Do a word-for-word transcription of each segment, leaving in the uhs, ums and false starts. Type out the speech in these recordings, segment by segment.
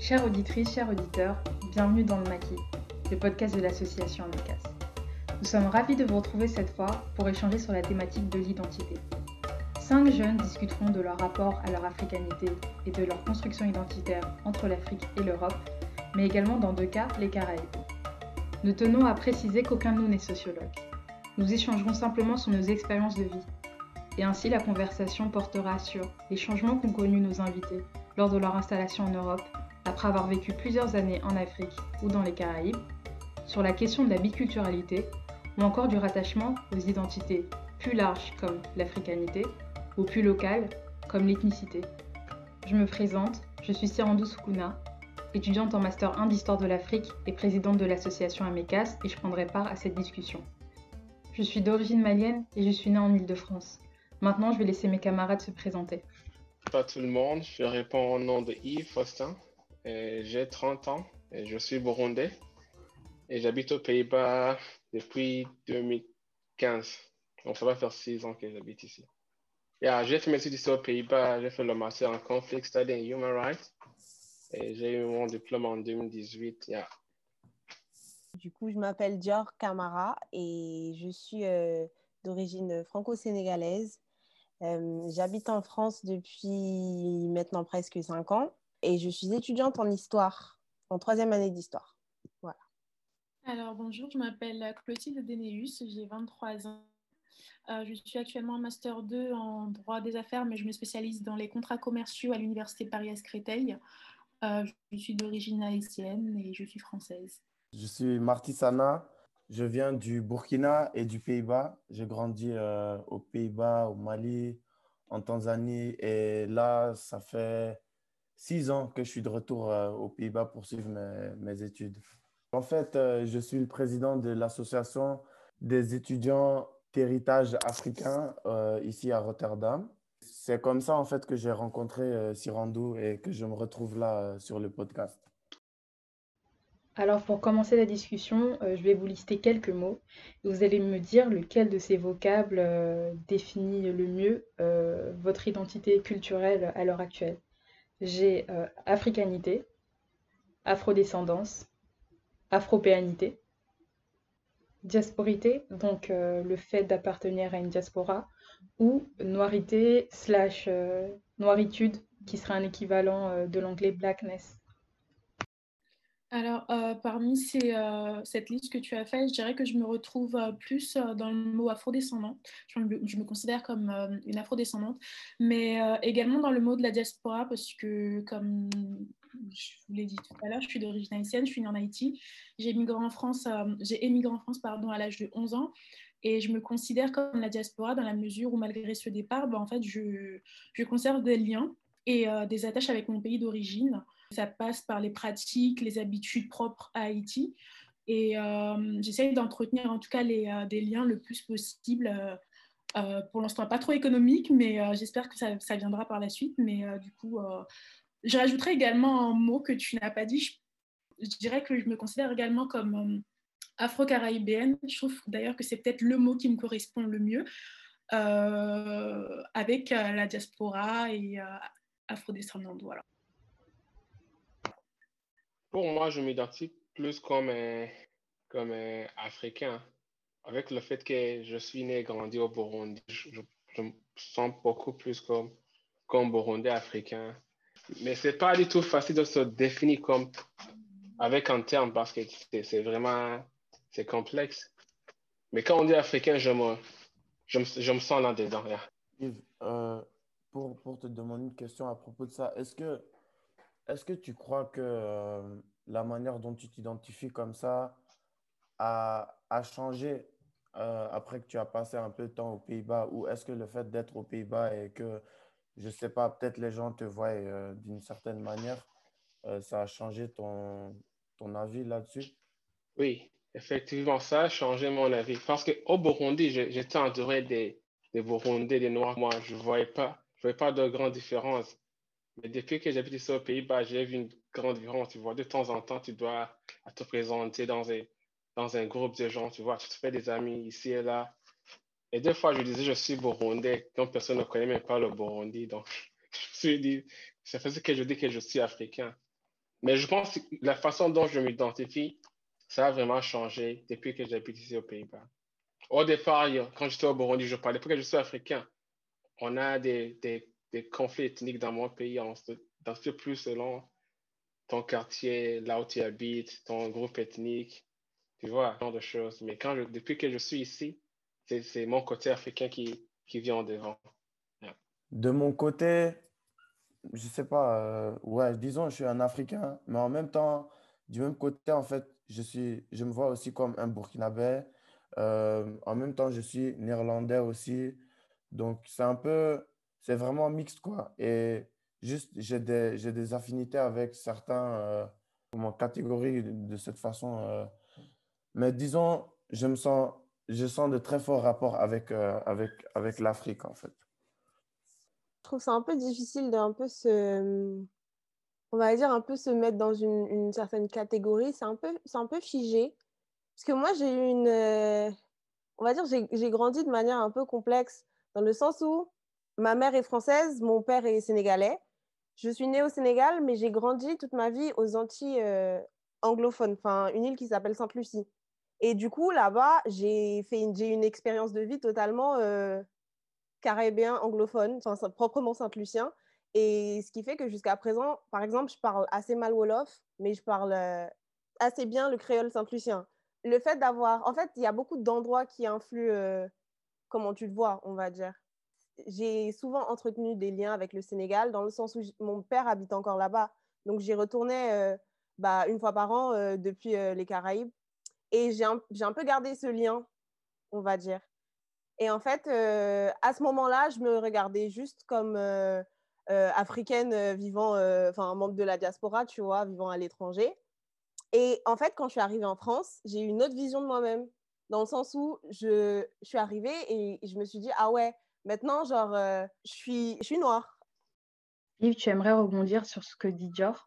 Chères auditrices, chers auditeurs, bienvenue dans le Maquis, le podcast de l'association Amicas. Nous sommes ravis de vous retrouver cette fois pour échanger sur la thématique de l'identité. Cinq jeunes discuteront de leur rapport à leur africanité et de leur construction identitaire entre l'Afrique et l'Europe, mais également dans deux cas, les Caraïbes. Nous tenons à préciser qu'aucun de nous n'est sociologue. Nous échangerons simplement sur nos expériences de vie. Et ainsi, la conversation portera sur les changements qu'ont connus nos invités lors de leur installation en Europe, après avoir vécu plusieurs années en Afrique ou dans les Caraïbes, sur la question de la biculturalité ou encore du rattachement aux identités plus larges comme l'africanité ou plus locales comme l'ethnicité. Je me présente, je suis Sirandou Soukouna, étudiante en Master un d'Histoire de l'Afrique et présidente de l'association Amicas, et je prendrai part à cette discussion. Je suis d'origine malienne et je suis née en Île-de-France. Maintenant, je vais laisser mes camarades se présenter. Bonjour à tout le monde, je réponds au nom de Yves Faustin. J'ai trente ans et je suis burundais et j'habite aux Pays-Bas depuis deux mille quinze. Donc ça va faire six ans que j'habite ici. Yeah, j'ai fait mes études ici aux Pays-Bas, j'ai fait le master en Conflict Study and Human Rights et j'ai eu mon diplôme en deux mille dix-huit. Yeah. Du coup, je m'appelle Dior Camara et je suis euh, d'origine franco-sénégalaise. Euh, j'habite en France depuis maintenant presque cinq ans et je suis étudiante en histoire, en troisième année d'histoire. Voilà. Alors bonjour, je m'appelle Clotilde Dénéus, j'ai vingt-trois ans. Euh, je suis actuellement en Master deux en droit des affaires, mais je me spécialise dans les contrats commerciaux à l'Université Paris-Créteil. Euh, je suis d'origine haïtienne et je suis française. Je suis Marty Sana, je viens du Burkina et du Pays-Bas. J'ai grandi euh, aux Pays-Bas, au Mali, en Tanzanie. Et là, ça fait six ans que je suis de retour euh, aux Pays-Bas pour suivre mes, mes études. En fait, euh, je suis le président de l'association des étudiants d'héritage africain euh, ici à Rotterdam. C'est comme ça en fait que j'ai rencontré euh, Sirandou et que je me retrouve là euh, sur le podcast. Alors pour commencer la discussion, euh, je vais vous lister quelques mots. Vous allez me dire lequel de ces vocables euh, définit le mieux euh, votre identité culturelle à l'heure actuelle. J'ai euh, africanité, afrodescendance, afropéanité, diasporité, donc euh, le fait d'appartenir à une diaspora, ou noirité slash euh, noiritude, qui serait un équivalent euh, de l'anglais blackness. Alors, euh, parmi ces, euh, cette liste que tu as faite, je dirais que je me retrouve euh, plus euh, dans le mot afrodescendant. Je me, je me considère comme euh, une afrodescendante, mais euh, également dans le mot de la diaspora, parce que, comme je vous l'ai dit tout à l'heure, je suis d'origine haïtienne, je suis née en Haïti. J'ai émigré en France, euh, j'ai émigré en France pardon, à l'âge de onze ans, et je me considère comme la diaspora dans la mesure où, malgré ce départ, ben, en fait, je, je conserve des liens et euh, des attaches avec mon pays d'origine. Ça passe par les pratiques, les habitudes propres à Haïti. Et euh, j'essaye d'entretenir en tout cas les, euh, des liens le plus possible. Euh, euh, pour l'instant, pas trop économique, mais euh, j'espère que ça, ça viendra par la suite. Mais euh, du coup, euh, je rajouterai également un mot que tu n'as pas dit. Je, je dirais que je me considère également comme euh, afro-caribéenne. Je trouve d'ailleurs que c'est peut-être le mot qui me correspond le mieux, euh, avec euh, la diaspora et euh, afrodescendante. Voilà. Pour moi, je m'identifie plus comme un, comme un Africain. Avec le fait que je suis né et grandi au Burundi, je, je, je me sens beaucoup plus comme, comme Burundais africain. Mais c'est pas du tout facile de se définir comme avec un terme parce que c'est, c'est vraiment c'est complexe. Mais quand on dit africain, je me, je me, je me sens là-dedans. Yeah. Yves, euh, pour, pour te demander une question à propos de ça, est-ce que, est-ce que tu crois que euh, la manière dont tu t'identifies comme ça a, a changé euh, après que tu as passé un peu de temps aux Pays-Bas, ou est-ce que le fait d'être aux Pays-Bas et que, je ne sais pas, peut-être les gens te voient euh, d'une certaine manière, euh, ça a changé ton, ton avis là-dessus? Oui, effectivement, ça a changé mon avis. Parce qu'au Burundi, je- j'étais entouré des, des Burundais, des Noirs. Moi, je ne voyais pas, je voyais pas de grande différence. Mais depuis que j'habite ici aux Pays-Bas, j'ai vu une grande différence. Tu vois, de temps en temps, tu dois te présenter dans un, dans un groupe de gens. Tu vois, tu te fais des amis ici et là. Et deux fois, je disais, je suis burundais, quand personne ne connaît même pas le Burundi. Donc, je me suis dit, c'est fait ce que je dis que je suis africain. Mais je pense que la façon dont je m'identifie, ça a vraiment changé depuis que j'habite ici aux Pays-Bas. Au départ, quand j'étais au Burundi, je parlais, parce que je suis africain, on a des, des, des conflits ethniques dans mon pays, on se identifie plus selon ton quartier, là où tu habites, ton groupe ethnique, tu vois, ce genre de choses. Mais quand je, depuis que je suis ici, c'est, c'est mon côté africain qui, qui vient en devant. Yeah. De mon côté, je sais pas, euh, ouais, disons, je suis un Africain, mais en même temps, du même côté, en fait, je suis, je me vois aussi comme un Burkinabé. Euh, en même temps, je suis néerlandais aussi. Donc, c'est un peu, c'est vraiment mixte, quoi. Et juste, j'ai des, j'ai des affinités avec certains, euh, comment, catégories de, de cette façon. euh. Mais disons, je me sens, je sens de très forts rapports avec, euh, avec, avec l'Afrique, en fait. Je trouve ça un peu difficile de un peu se, on va dire, un peu se mettre dans une, une certaine catégorie. C'est un peu, c'est un peu figé. Parce que moi, j'ai eu une, euh, on va dire, j'ai, j'ai grandi de manière un peu complexe, dans le sens où ma mère est française, mon père est sénégalais. Je suis née au Sénégal, mais j'ai grandi toute ma vie aux Antilles euh, anglophones, enfin, une île qui s'appelle Sainte-Lucie. Et du coup, là-bas, j'ai fait une, j'ai une expérience de vie totalement euh, caribéen anglophone, enfin, proprement saint-lucien. Et ce qui fait que jusqu'à présent, par exemple, je parle assez mal Wolof, mais je parle euh, assez bien le créole saint-lucien. Le fait d'avoir... En fait, il y a beaucoup d'endroits qui influent euh, comment tu le vois, on va dire. J'ai souvent entretenu des liens avec le Sénégal, dans le sens où j- mon père habite encore là-bas. Donc, j'y retournais euh, bah, une fois par an euh, depuis euh, les Caraïbes. Et j'ai un, j'ai un peu gardé ce lien, on va dire. Et en fait, euh, à ce moment-là, je me regardais juste comme euh, euh, africaine euh, vivant, euh, enfin, un membre de la diaspora, tu vois, vivant à l'étranger. Et en fait, quand je suis arrivée en France, j'ai eu une autre vision de moi-même, dans le sens où je, je suis arrivée et je me suis dit, ah ouais, maintenant, genre, euh, je suis, je suis noire. Yves, tu aimerais rebondir sur ce que dit Dior?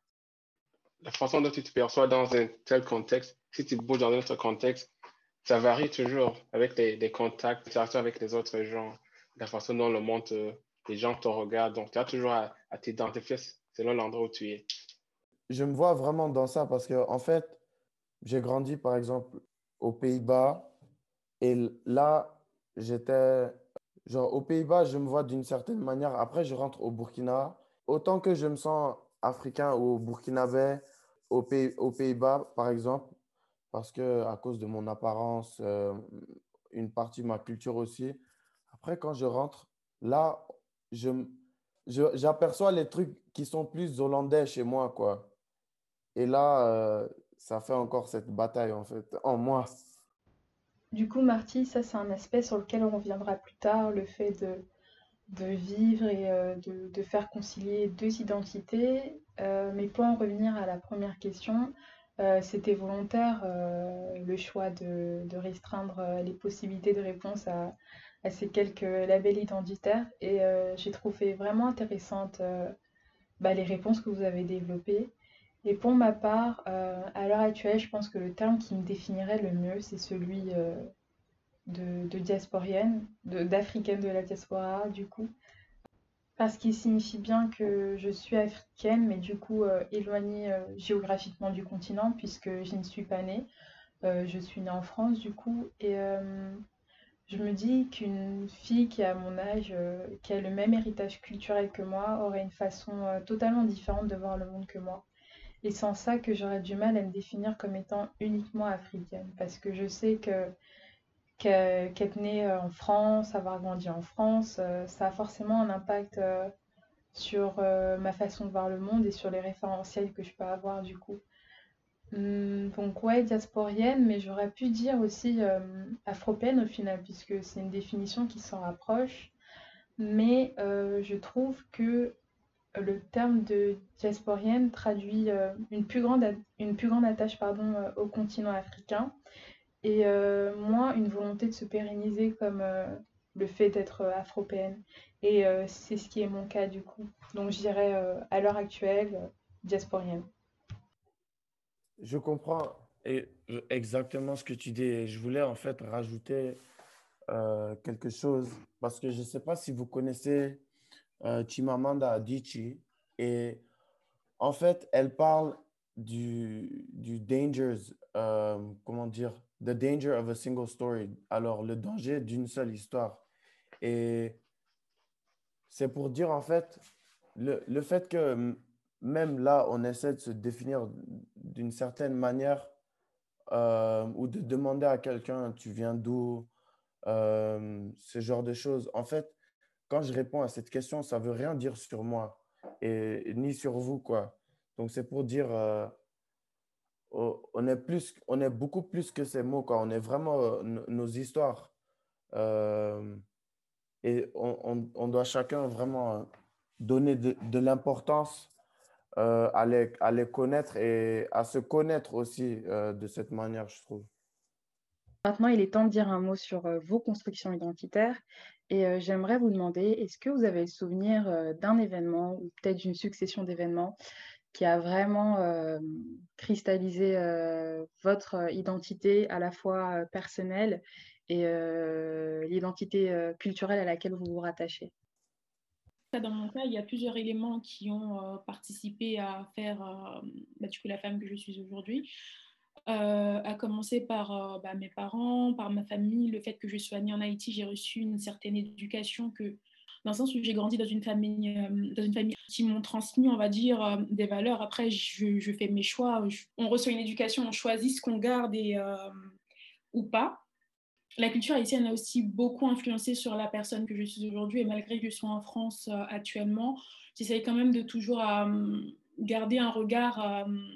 La façon dont tu te perçois dans un tel contexte, si tu bouges dans un autre contexte, ça varie toujours avec les, les contacts, l'interaction avec les autres gens, la façon dont le monde, te- les gens te regardent. Donc, tu as toujours à, à t'identifier selon l'endroit où tu es. Je me vois vraiment dans ça parce que, en fait, j'ai grandi, par exemple, aux Pays-Bas. Et l- là, j'étais, genre, aux Pays-Bas, je me vois d'une certaine manière. Après, je rentre au Burkina. Autant que je me sens africain ou burkinabé aux Pays, aux Pays-Bas, par exemple, parce que à cause de mon apparence, euh, une partie de ma culture aussi. Après, quand je rentre, là, je, m- je- j'aperçois les trucs qui sont plus hollandais chez moi, quoi. Et là, euh, ça fait encore cette bataille, en fait, en moi. Du coup, Marty, ça c'est un aspect sur lequel on reviendra plus tard, le fait de, de vivre et euh, de, de faire concilier deux identités. Euh, mais pour en revenir à la première question, euh, c'était volontaire euh, le choix de, de restreindre euh, les possibilités de réponse à, à ces quelques labels identitaires. Et euh, j'ai trouvé vraiment intéressante euh, bah, les réponses que vous avez développées. Et pour ma part, euh, à l'heure actuelle, je pense que le terme qui me définirait le mieux, c'est celui euh, de, de diasporienne, de- d'africaine de la diaspora, du coup. Parce qu'il signifie bien que je suis africaine, mais du coup euh, éloignée euh, géographiquement du continent, puisque je ne suis pas née. Euh, je suis née en France, du coup. Et euh, je me dis qu'une fille qui a mon âge, euh, qui a le même héritage culturel que moi, aurait une façon euh, totalement différente de voir le monde que moi. Et c'est en ça que j'aurais du mal à me définir comme étant uniquement africaine, parce que je sais que que- qu'être née euh, en France, avoir grandi en France, euh, ça a forcément un impact euh, sur euh, ma façon de voir le monde et sur les référentiels que je peux avoir du coup. Hum, donc ouais, diasporienne, mais j'aurais pu dire aussi euh, afropéenne au final, puisque c'est une définition qui s'en rapproche. Mais euh, je trouve que le terme de diasporienne traduit euh, une plus grande, a- une plus grande attache pardon, euh, au continent africain et euh, moins une volonté de se pérenniser comme euh, le fait d'être euh, afropéenne. Et euh, c'est ce qui est mon cas du coup. Donc je dirais euh, à l'heure actuelle, euh, diasporienne. Je comprends et- exactement ce que tu dis. Et je voulais en fait rajouter euh, quelque chose parce que je ne sais pas si vous connaissez euh, Chimamanda Adichie. Et en fait, elle parle du, du dangers, euh, comment dire, the danger of a single story. Alors, le danger d'une seule histoire. Et c'est pour dire, en fait, le, le fait que m- même là, on essaie de se définir d'une certaine manière euh, ou de demander à quelqu'un, tu viens d'où, euh, ce genre de choses. En fait, quand je réponds à cette question, ça veut rien dire sur moi et, ni sur vous, quoi. Donc, c'est pour dire, euh, on on est plus, on est beaucoup plus que ces mots, quoi. On est vraiment euh, no- nos histoires. Euh, et on, on- on doit chacun vraiment euh, donner de, de l'importance euh, à les, à les connaître et à se connaître aussi euh, de cette manière, je trouve. Maintenant, il est temps de dire un mot sur euh, vos constructions identitaires. Et euh, j'aimerais vous demander, est-ce que vous avez le souvenir euh, d'un événement ou peut-être d'une succession d'événements qui a vraiment euh, cristallisé euh, votre euh, identité à la fois euh, personnelle et euh, l'identité euh, culturelle à laquelle vous vous rattachez? Dans mon cas, il y a plusieurs éléments qui ont euh, participé à faire euh, bah, du coup, la femme que je suis aujourd'hui. Euh, à commencer par euh, bah, mes parents, par ma famille, le fait que je sois née en Haïti, j'ai reçu une certaine éducation que, dans le sens où j'ai grandi dans une famille, euh, dans une famille qui m'ont transmis, on va dire, euh, des valeurs. Après, je, je fais mes choix. Je- on reçoit une éducation, on choisit ce qu'on garde et, euh, ou pas. La culture haïtienne a aussi beaucoup influencé sur la personne que je suis aujourd'hui et malgré que je sois en France euh, actuellement, j'essaye quand même de toujours euh, garder un regard euh,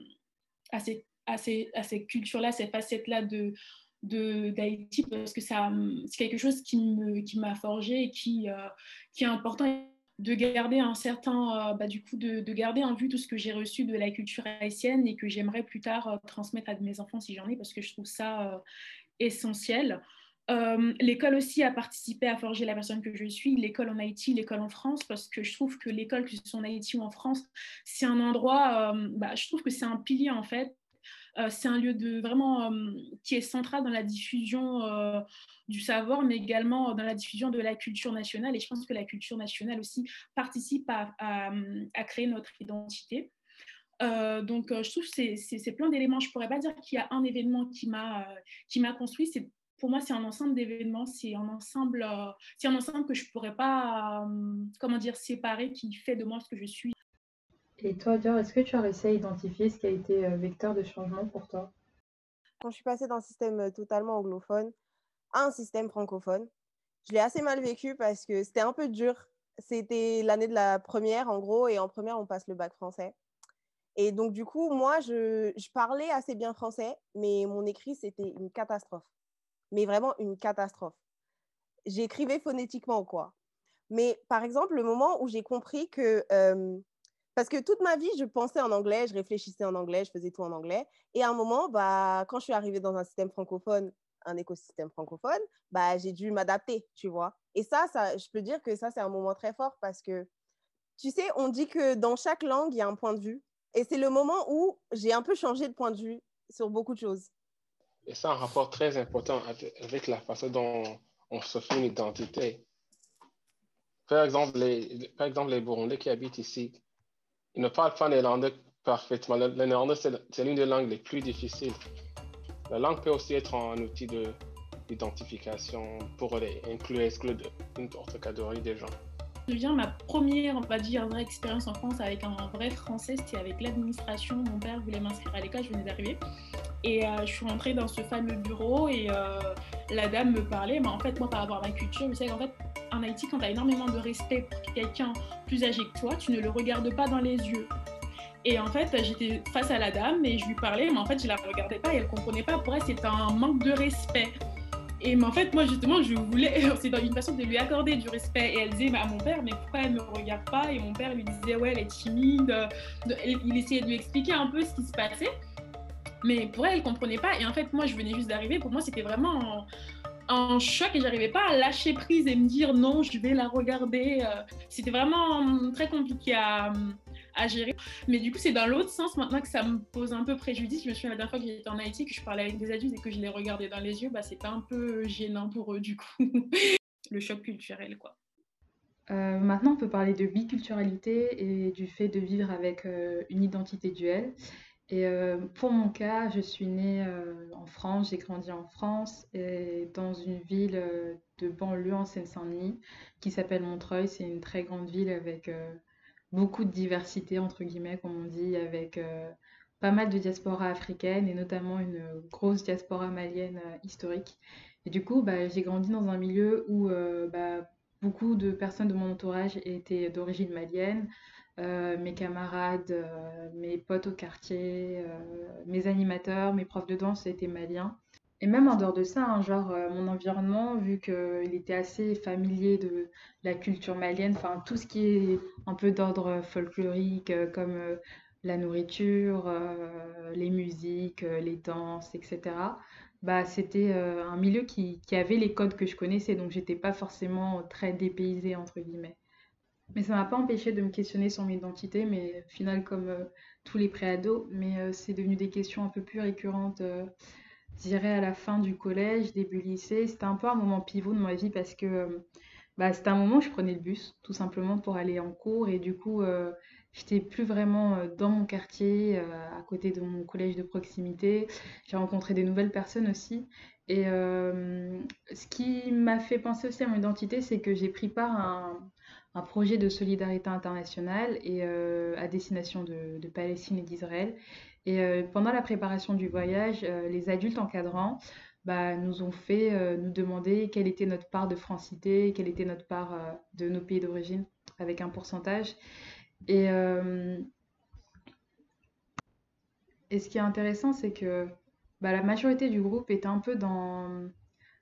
à ces, à ces, à ces cultures-là, ces facettes-là de, de, d'Haïti parce que ça, c'est quelque chose qui, me, qui m'a forgé et qui, euh, qui est important de garder un certain, euh, bah, du coup, de, de garder en vue tout ce que j'ai reçu de la culture haïtienne et que j'aimerais plus tard euh, transmettre à mes enfants si j'en ai parce que je trouve ça euh, essentiel. Euh, l'école aussi a participé à forger la personne que je suis, l'école en Haïti, l'école en France, parce que je trouve que l'école, que ce soit en Haïti ou en France, c'est un endroit, euh, bah, je trouve que c'est un pilier en fait. Euh, c'est un lieu de vraiment euh, qui est central dans la diffusion euh, du savoir, mais également dans la diffusion de la culture nationale. Et je pense que la culture nationale aussi participe à, à, à créer notre identité. Euh, donc, euh, je trouve que c'est, c'est, c'est plein d'éléments. Je ne pourrais pas dire qu'il y a un événement qui m'a, euh, qui m'a construit. C'est, pour moi, c'est un ensemble d'événements. C'est un ensemble, euh, c'est un ensemble que je ne pourrais pas, euh, comment dire, séparer, qui fait de moi ce que je suis. Et toi, Dior, est-ce que tu as réussi à identifier ce qui a été euh, vecteur de changement pour toi? Quand je suis passée d'un système euh, totalement anglophone à un système francophone, je l'ai assez mal vécu parce que c'était un peu dur. C'était l'année de la première, en gros, et en première, on passe le bac français. Et donc, du coup, moi, je, je parlais assez bien français, mais mon écrit, c'était une catastrophe. Mais vraiment une catastrophe. J'écrivais phonétiquement, quoi. Mais par exemple, le moment où j'ai compris que... euh, parce que toute ma vie, je pensais en anglais, je réfléchissais en anglais, je faisais tout en anglais. Et à un moment, bah, quand je suis arrivée dans un système francophone, un écosystème francophone, bah, j'ai dû m'adapter, tu vois. Et ça, ça, je peux dire que ça, c'est un moment très fort parce que, tu sais, on dit que dans chaque langue, il y a un point de vue. Et c'est le moment où j'ai un peu changé de point de vue sur beaucoup de choses. Et c'est un rapport très important avec la façon dont on se fait une identité. Par exemple, les, par exemple, les Burundais qui habitent ici, ils ne parlent pas néerlandais parfaitement. Le, le néerlandais, c'est, c'est l'une des langues les plus difficiles. La langue peut aussi être un outil de, d'identification pour les inclure et exclure d'une autre catégorie des gens. Je me souviens, ma première, on va dire, vraie expérience en France avec un vrai français, c'était avec l'administration. Mon père voulait m'inscrire à l'école, je venais d'arriver. Et euh, je suis rentrée dans ce fameux bureau et euh, la dame me parlait. Mais en fait, moi, par rapport à ma culture, je sais qu'en fait, en Haïti, quand tu as énormément de respect pour quelqu'un plus âgé que toi, tu ne le regardes pas dans les yeux. Et en fait, j'étais face à la dame et je lui parlais, mais en fait, je la regardais pas et elle comprenait pas. Pour elle, c'était un manque de respect. Et mais en fait, moi, justement, je voulais, c'est une façon de lui accorder du respect. Et elle disait à mon père, mais pourquoi elle ne me regarde pas? Et mon père lui disait, ouais, elle est timide. Il essayait de lui expliquer un peu ce qui se passait. Mais pour elle, elle ne comprenait pas. Et en fait, moi, je venais juste d'arriver. Pour moi, c'était vraiment un, un choc et j'arrivais pas à lâcher prise et me dire non, je vais la regarder. C'était vraiment très compliqué à, à gérer. Mais du coup, c'est dans l'autre sens maintenant que ça me pose un peu préjudice. Je me souviens la dernière fois que j'étais en Haïti, que je parlais avec des adultes et que je les regardais dans les yeux, bah, c'était un peu gênant pour eux, du coup. Le choc culturel, quoi. Euh, maintenant, on peut parler de biculturalité et du fait de vivre avec euh, une identité duelle. Et euh, pour mon cas, je suis née euh, en France, j'ai grandi en France, et dans une ville euh, de banlieue en Seine-Saint-Denis qui s'appelle Montreuil. C'est une très grande ville avec euh, beaucoup de diversité, entre guillemets, comme on dit, avec euh, pas mal de diaspora africaine et notamment une grosse diaspora malienne euh, historique. Et du coup, bah, j'ai grandi dans un milieu où euh, bah, beaucoup de personnes de mon entourage étaient d'origine malienne. Euh, mes camarades, euh, mes potes au quartier, euh, mes animateurs, mes profs de danse étaient maliens. Et même en dehors de ça, hein, genre euh, mon environnement, vu qu'il était assez familier de la culture malienne, enfin tout ce qui est un peu d'ordre folklorique, euh, comme euh, la nourriture, euh, les musiques, euh, les danses, et cetera. Bah, c'était euh, un milieu qui, qui avait les codes que je connaissais, donc j'étais pas forcément très dépaysée, entre guillemets. Mais ça m'a pas empêché de me questionner sur mon identité, mais au final, comme euh, tous les préados, mais euh, c'est devenu des questions un peu plus récurrentes, euh, je dirais à la fin du collège, début lycée. C'était un peu un moment pivot de ma vie parce que euh, bah, c'était un moment où je prenais le bus, tout simplement pour aller en cours, et du coup, euh, j'étais plus vraiment euh, dans mon quartier, euh, à côté de mon collège de proximité. J'ai rencontré des nouvelles personnes aussi. Et euh, ce qui m'a fait penser aussi à mon identité, c'est que j'ai pris part à un, un projet de solidarité internationale et euh, à destination de, de Palestine et d'Israël. Et euh, pendant la préparation du voyage, euh, les adultes encadrants bah, nous ont fait euh, nous demander quelle était notre part de francité, quelle était notre part euh, de nos pays d'origine, avec un pourcentage. Et, euh, et ce qui est intéressant, c'est que bah, la majorité du groupe était un peu dans...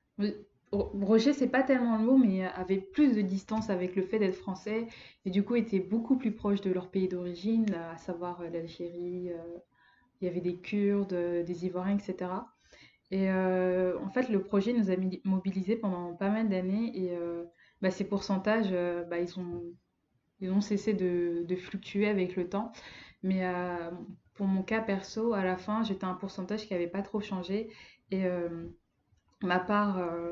Roger, c'est pas tellement le mot, mais avait plus de distance avec le fait d'être français et du coup était beaucoup plus proche de leur pays d'origine, à savoir euh, l'Algérie. euh, Il y avait des Kurdes, euh, des Ivoiriens, et cetera. Et euh, en fait, le projet nous a mi- mobilisés pendant pas mal d'années et euh, bah, ces pourcentages, euh, bah, ils ont, ils ont cessé de, de fluctuer avec le temps. Mais euh, pour mon cas perso, à la fin, j'étais à un pourcentage qui n'avait pas trop changé et euh, ma part euh,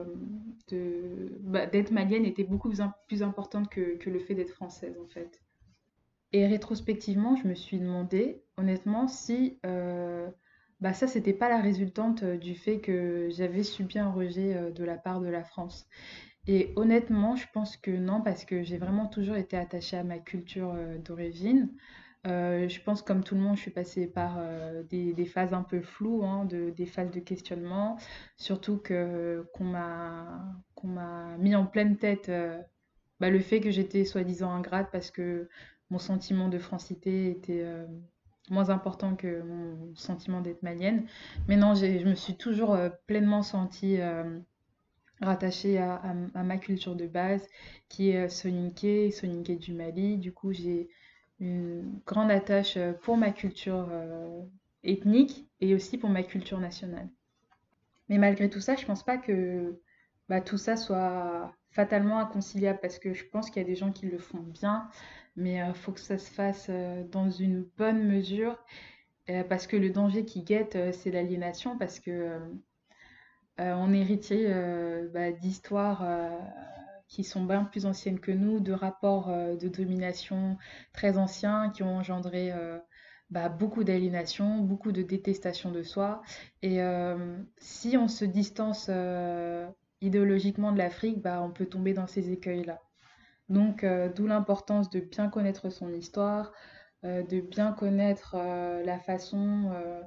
de, bah, d'être malienne était beaucoup plus, im- plus importante que, que le fait d'être française en fait. Et rétrospectivement, je me suis demandé, honnêtement, si euh, bah ça, c'était pas la résultante euh, du fait que j'avais subi un rejet euh, de la part de la France. Et honnêtement, je pense que non, parce que j'ai vraiment toujours été attachée à ma culture euh, d'origine. Euh, je pense, comme tout le monde, je suis passée par euh, des, des phases un peu floues, hein, de, des phases de questionnement, surtout que qu'on m'a qu'on m'a mis en pleine tête euh, bah, le fait que j'étais soi-disant ingrate parce que mon sentiment de francité était euh, moins important que mon sentiment d'être malienne. Mais non, j'ai, je me suis toujours euh, pleinement sentie euh, rattachée à, à, à ma culture de base, qui est euh, soninké, soninké du Mali. Du coup, j'ai une grande attache euh, pour ma culture euh, ethnique et aussi pour ma culture nationale. Mais malgré tout ça, je pense pas que bah, tout ça soit fatalement inconciliable parce que je pense qu'il y a des gens qui le font bien, mais il faut que ça se fasse euh, dans une bonne mesure euh, parce que le danger qui guette, euh, c'est l'aliénation parce que euh, euh, on est héritier euh, bah, d'histoires euh, qui sont bien plus anciennes que nous, de rapports euh, de domination très anciens qui ont engendré euh, bah, beaucoup d'aliénation, beaucoup de détestation de soi. Et euh, si on se distance euh, idéologiquement de l'Afrique, bah, on peut tomber dans ces écueils-là. Donc, euh, d'où l'importance de bien connaître son histoire, euh, de bien connaître euh, la façon euh,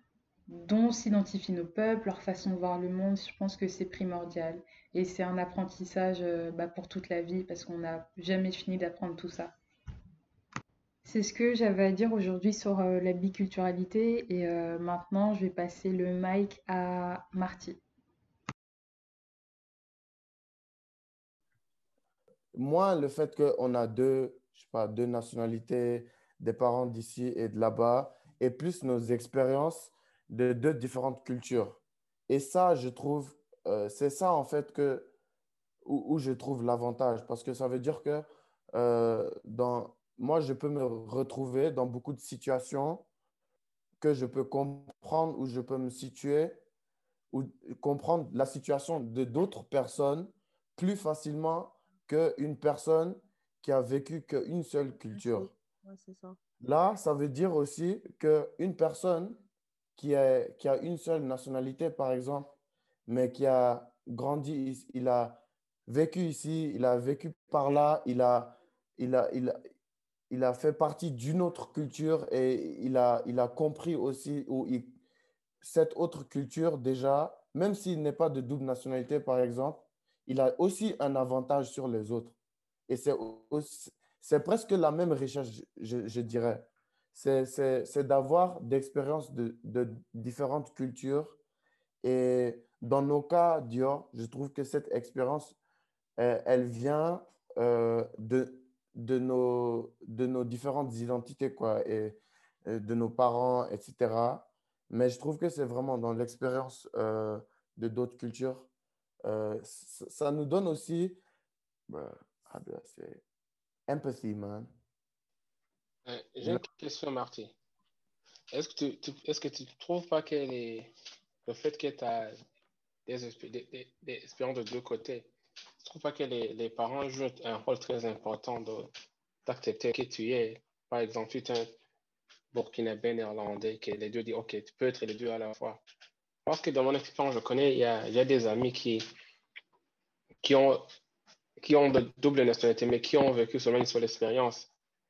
dont s'identifient nos peuples, leur façon de voir le monde. Je pense que c'est primordial. Et c'est un apprentissage euh, bah, pour toute la vie parce qu'on n'a jamais fini d'apprendre tout ça. C'est ce que j'avais à dire aujourd'hui sur euh, la biculturalité et euh, maintenant je vais passer le mic à Marty. Moi, le fait qu'on a deux, je sais pas, deux nationalités, des parents d'ici et de là-bas, et plus nos expériences de deux différentes cultures. Et ça, je trouve, euh, c'est ça en fait que, où, où je trouve l'avantage, parce que ça veut dire que euh, dans, moi, je peux me retrouver dans beaucoup de situations que je peux comprendre, où je peux me situer, ou comprendre la situation de d'autres personnes plus facilement qu'une personne qui a vécu qu'une seule Ok. culture. Ouais, c'est ça. là, ça veut dire aussi qu'une personne qui a, qui a une seule nationalité, par exemple, mais qui a grandi, ici, il a vécu ici, il a vécu par là, il a, il a, il a, il a fait partie d'une autre culture et il a, il a compris aussi où il- cette autre culture déjà, même s'il n'est pas de double nationalité, par exemple, il a aussi un avantage sur les autres. Et c'est aussi- c'est presque la même richesse, je, je dirais. C'est c'est- c'est d'avoir d'expériences de, de différentes cultures. Et dans nos cas, Dior, je trouve que cette expérience, euh, elle vient euh, de, de nos, de nos différentes identités, quoi, et euh, de nos parents, et cetera. Mais je trouve que c'est vraiment dans l'expérience euh, de d'autres cultures. Euh, ça, ça nous donne aussi, bah, how do I say, empathy, man. Euh, j'ai Je- une question, Marty. Est-ce que tu, tu- est-ce que tu trouves pas que les- le fait que tu as des, expé- des, des- des expériences de deux côtés, tu trouves pas que les, les parents jouent un rôle très important de- d'accepter qui tu es? Par exemple, tu es un Burkinabé néerlandais, que les deux disent, OK, tu peux être les deux à la fois. Parce que dans mon expérience, je connais, il y a, il y a des amis qui, qui ont, qui ont de double nationalité, mais qui ont vécu seulement une seule expérience.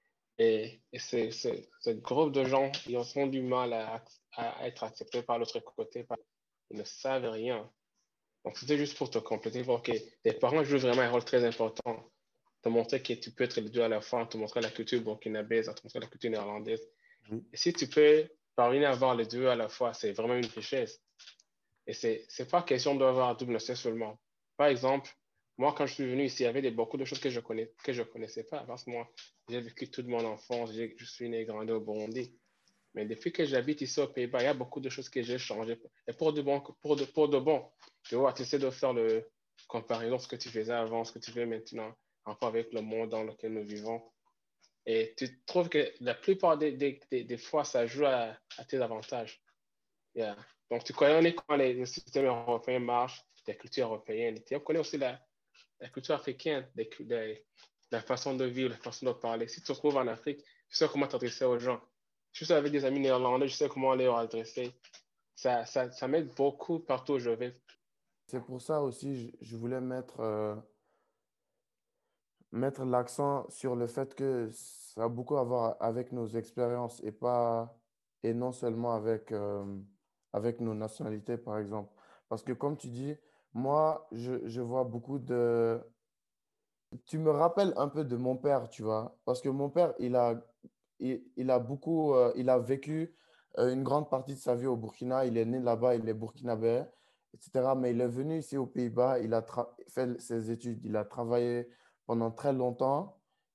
Et, et c'est, c'est- ce groupe de gens, ils ont du mal à, à être acceptés par l'autre côté, parce qu'ils ne savent rien. Donc, c'était juste pour te compléter, pour que les parents jouent vraiment un rôle très important. Te montrer que tu peux être les deux à la fois, te montrer la culture burkinabé, te montrer la culture néerlandaise. Oui, Et si tu peux parvenir à avoir les deux à la fois, c'est vraiment une richesse. Et c'est, c'est pas question d'avoir un double nationalité seulement. Par exemple, moi, quand je suis venu ici, il y avait des, beaucoup de choses que je connais, que je connaissais pas. Parce que moi, j'ai vécu toute mon enfance, j'ai- je suis né et grandi au Burundi. Mais depuis que j'habite ici aux Pays-Bas, il y a beaucoup de choses que j'ai changées. Et pour de bon, pour de, pour de bon, tu vois, tu essaies de faire le comparaison, ce que tu faisais avant, ce que tu fais maintenant, encore avec le monde dans lequel nous vivons. Et tu trouves que la plupart des, des, des, des fois, ça joue à, à tes avantages. Yeah. Donc, tu connais comment les, le système européen marche, les cultures européennes. Et tu connais aussi la, la culture africaine, les, les, la façon de vivre, la façon de parler. Si tu te retrouves en Afrique, tu sais comment t'adresser aux gens. Je suis avec des amis néerlandais, je sais comment leur adresser. Ça, ça, ça m'aide beaucoup partout où je vais. c'est pour ça aussi, je, je voulais mettre, euh, mettre l'accent sur le fait que ça a beaucoup à voir avec nos expériences et pas, et non seulement avec, euh, avec nos nationalités, par exemple. Parce que comme tu dis, moi, je, je vois beaucoup de... Tu me rappelles un peu de mon père, tu vois, parce que mon père, il a, il, il a beaucoup, euh, il a vécu euh, une grande partie de sa vie au Burkina. Il est né là-bas, il est burkinabé, et cetera. Mais il est venu ici aux Pays-Bas, il a tra- fait ses études, il a travaillé pendant très longtemps.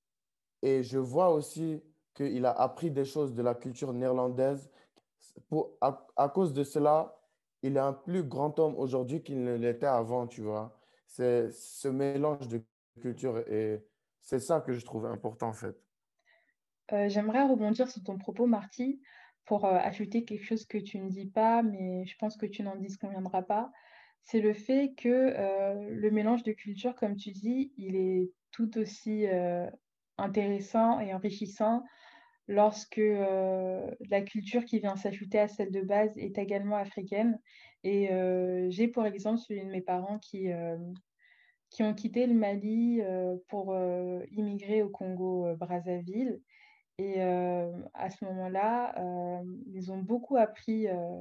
Et je vois aussi qu'il a appris des choses de la culture néerlandaise. Pour, à, à cause de cela, il est un plus grand homme aujourd'hui qu'il ne l'était avant, tu vois. C'est ce mélange de culture et c'est ça que je trouve important en fait. Euh, j'aimerais rebondir sur ton propos, Marty, pour euh, ajouter quelque chose que tu ne dis pas, mais je pense que tu n'en disconviendras pas. C'est le fait que euh, le mélange de cultures, comme tu dis, il est tout aussi euh, intéressant et enrichissant lorsque euh, la culture qui vient s'ajouter à celle de base est également africaine. Et euh, j'ai, pour exemple, celui de mes parents qui, euh, qui ont quitté le Mali euh, pour euh, immigrer au Congo-Brazzaville. Et euh, à ce moment-là, euh, ils ont beaucoup appris euh,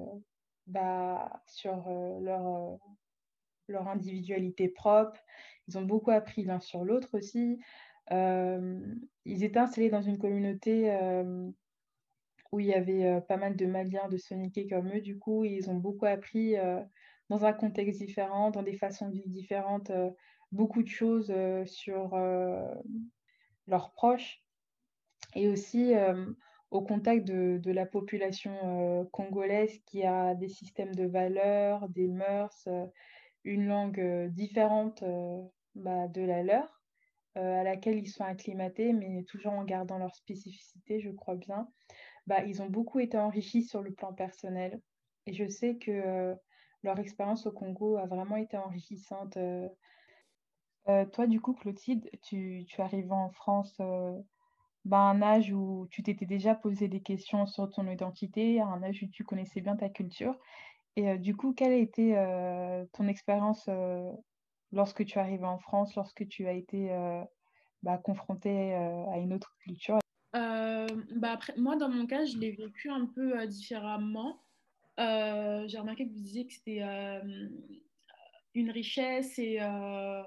bah, sur euh, leur, euh, leur individualité propre. Ils ont beaucoup appris l'un sur l'autre aussi. Euh, ils étaient installés dans une communauté euh, où il y avait euh, pas mal de Maliens, de Soniqués comme eux. Du coup, ils ont beaucoup appris euh, dans un contexte différent, dans des façons de vivre différentes, euh, beaucoup de choses euh, sur euh, leurs proches et aussi euh, au contact de, de la population euh, congolaise qui a des systèmes de valeurs, des mœurs, euh, une langue euh, différente euh, bah, de la leur, euh, à laquelle ils sont acclimatés, mais toujours en gardant leur spécificité, je crois bien. Bah, ils ont beaucoup été enrichis sur le plan personnel. Et je sais que euh, leur expérience au Congo a vraiment été enrichissante. Euh, Euh, toi, du coup, Clotilde, tu, tu arrives en France euh, bah, un âge où tu t'étais déjà posé des questions sur ton identité, à un âge où tu connaissais bien ta culture. Et heu, du coup, quelle a été, heu, ton expérience, heu, lorsque tu es arrivée en France, lorsque tu as été, heu, bah, confrontée, heu, à une autre culture? Euh, bah après, moi, dans mon cas, je l'ai vécu un peu euh, différemment. Euh, j'ai remarqué que vous disiez que c'était euh, une richesse et euh,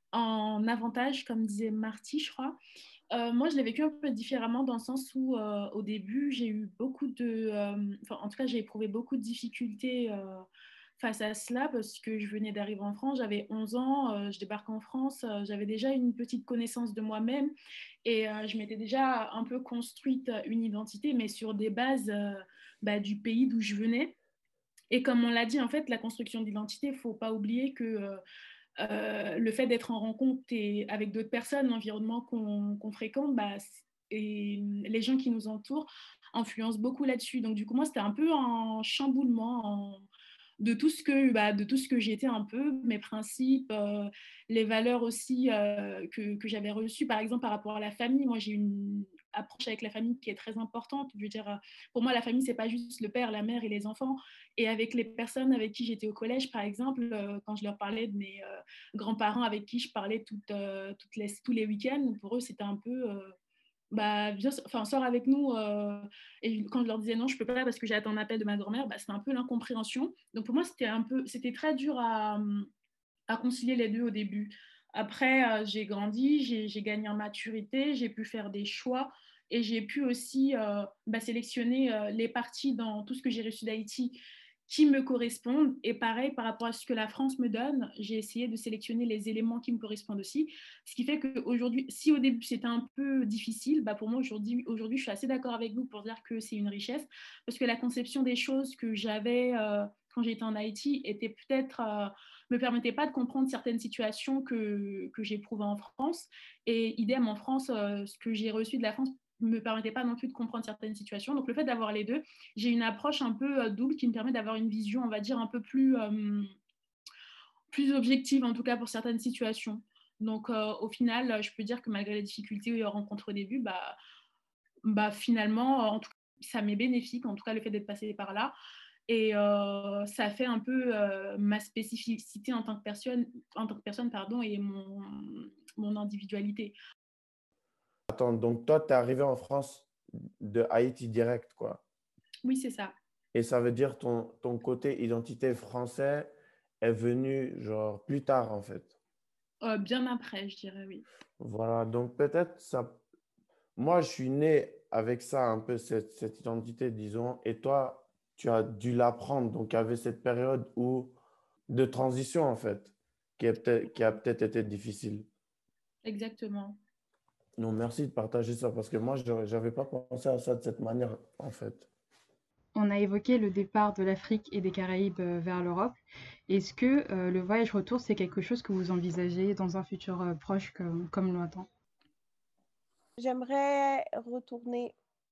un avantage, comme disait Marty, je crois. Euh, moi, je l'ai vécu un peu différemment dans le sens où, euh, au début, j'ai eu beaucoup de... euh, enfin, en tout cas, j'ai éprouvé beaucoup de difficultés euh, face à cela parce que je venais d'arriver en France, j'avais onze ans, euh, je débarque en France, euh, j'avais déjà une petite connaissance de moi-même et euh, je m'étais déjà un peu construite une identité, mais sur des bases euh, bah, du pays d'où je venais. Et comme on l'a dit, en fait, la construction d'identité, il ne faut pas oublier que euh, euh, le fait d'être en rencontre et avec d'autres personnes, l'environnement qu'on qu'on fréquente, bah, et les gens qui nous entourent influencent beaucoup là-dessus. Donc du coup, moi, c'était un peu un chamboulement en- de tout ce que, bah, de tout ce que j'étais un peu, mes principes, euh, les valeurs aussi euh, que, que j'avais reçues, par exemple par rapport à la famille. Moi, j'ai une approche avec la famille qui est très importante. Je veux dire, pour moi, la famille, c'est pas juste le père, la mère et les enfants. Et avec les personnes avec qui j'étais au collège, par exemple, euh, quand je leur parlais de mes euh, grands-parents avec qui je parlais toutes, euh, toutes les, tous les week-ends, pour eux, c'était un peu... Euh, bah, viens, enfin, sors avec nous. Euh, et quand je leur disais non, je peux pas parce que j'ai attendu un appel de ma grand-mère, bah, c'était un peu l'incompréhension. Donc pour moi, c'était un peu, c'était très dur à, à concilier les deux au début. Après, euh, j'ai grandi, j'ai, j'ai gagné en maturité, j'ai pu faire des choix et j'ai pu aussi euh, bah, sélectionner euh, les parties dans tout ce que j'ai reçu d'Haïti qui me correspondent. Et pareil, par rapport à ce que la France me donne, j'ai essayé de sélectionner les éléments qui me correspondent aussi. Ce qui fait qu'aujourd'hui, si au début c'était un peu difficile, bah pour moi aujourd'hui, aujourd'hui, je suis assez d'accord avec vous pour dire que c'est une richesse parce que la conception des choses que j'avais euh, quand j'étais en Haïti était peut-être... Euh, me permettait pas de comprendre certaines situations que, que j'éprouvais en France. Et idem en France, euh, ce que j'ai reçu de la France me permettait pas non plus de comprendre certaines situations. Donc le fait d'avoir les deux, j'ai une approche un peu euh, double qui me permet d'avoir une vision, on va dire, un peu plus, euh, plus objective, en tout cas pour certaines situations. Donc euh, au final, je peux dire que malgré les difficultés rencontrées au début, bah, bah finalement, en tout cas, ça m'est bénéfique, en tout cas le fait d'être passé par là. Et euh, ça fait un peu euh, ma spécificité en tant que personne, en tant que personne pardon, et mon, mon individualité. Attends, donc toi, tu es arrivé en France de Haïti direct, quoi. Oui, c'est ça. Et ça veut dire ton, ton côté identité français est venu genre plus tard, en fait. Euh, bien après, je dirais oui. Voilà, donc peut-être ça. Moi, je suis né avec ça, un peu cette, cette identité, disons, et toi, tu as dû l'apprendre. Donc, il y avait cette période où, de transition, en fait, qui, est peut-être, qui a peut-être été difficile. Exactement. Non, merci de partager ça parce que moi, je n'avais pas pensé à ça de cette manière, en fait. On a évoqué le départ de l'Afrique et des Caraïbes euh, vers l'Europe. Est-ce que euh, le voyage retour, c'est quelque chose que vous envisagez dans un futur euh, proche comme, comme lointain? J'aimerais retourner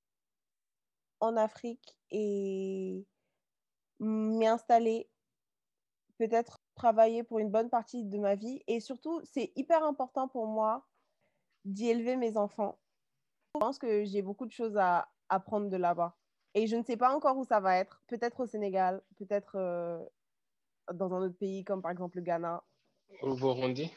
en Afrique et m'y installer, peut-être travailler pour une bonne partie de ma vie. Et surtout, c'est hyper important pour moi d'y élever mes enfants. Je pense que j'ai beaucoup de choses à apprendre de là-bas. Et je ne sais pas encore où ça va être. Peut-être au Sénégal, peut-être euh, dans un autre pays comme par exemple le Ghana. Au Burundi.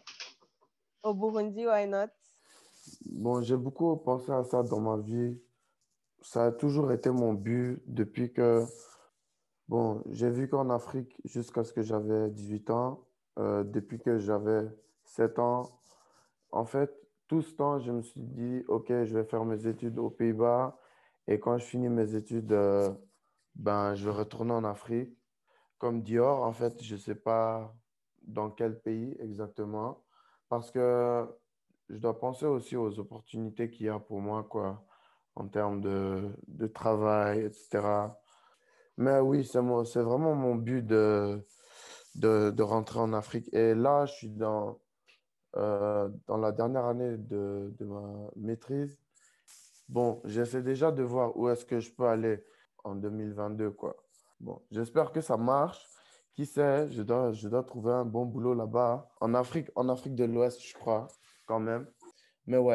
Au Burundi, why not? Bon, j'ai beaucoup pensé à ça dans ma vie. Ça a toujours été mon but depuis que, bon, j'ai vu qu'en Afrique, jusqu'à ce que j'avais dix-huit ans, euh, depuis que j'avais sept ans, en fait, tout ce temps, je me suis dit, OK, je vais faire mes études aux Pays-Bas. Et quand je finis mes études, euh, ben, je vais retourner en Afrique. Comme Dior, en fait, je ne sais pas dans quel pays exactement. Parce que je dois penser aussi aux opportunités qu'il y a pour moi, quoi, en termes de, de travail, et cetera. Mais oui, c'est mon- c'est vraiment mon but de, de, de rentrer en Afrique. Et là, je suis dans, euh, dans la dernière année de, de ma maîtrise. Bon, j'essaie déjà de voir où est-ce que je peux aller en deux mille vingt-deux, quoi. Bon, j'espère que ça marche. Qui sait, je dois, je dois trouver un bon boulot là-bas. En Afrique, en Afrique de l'Ouest, je crois, quand même. Mais ouais.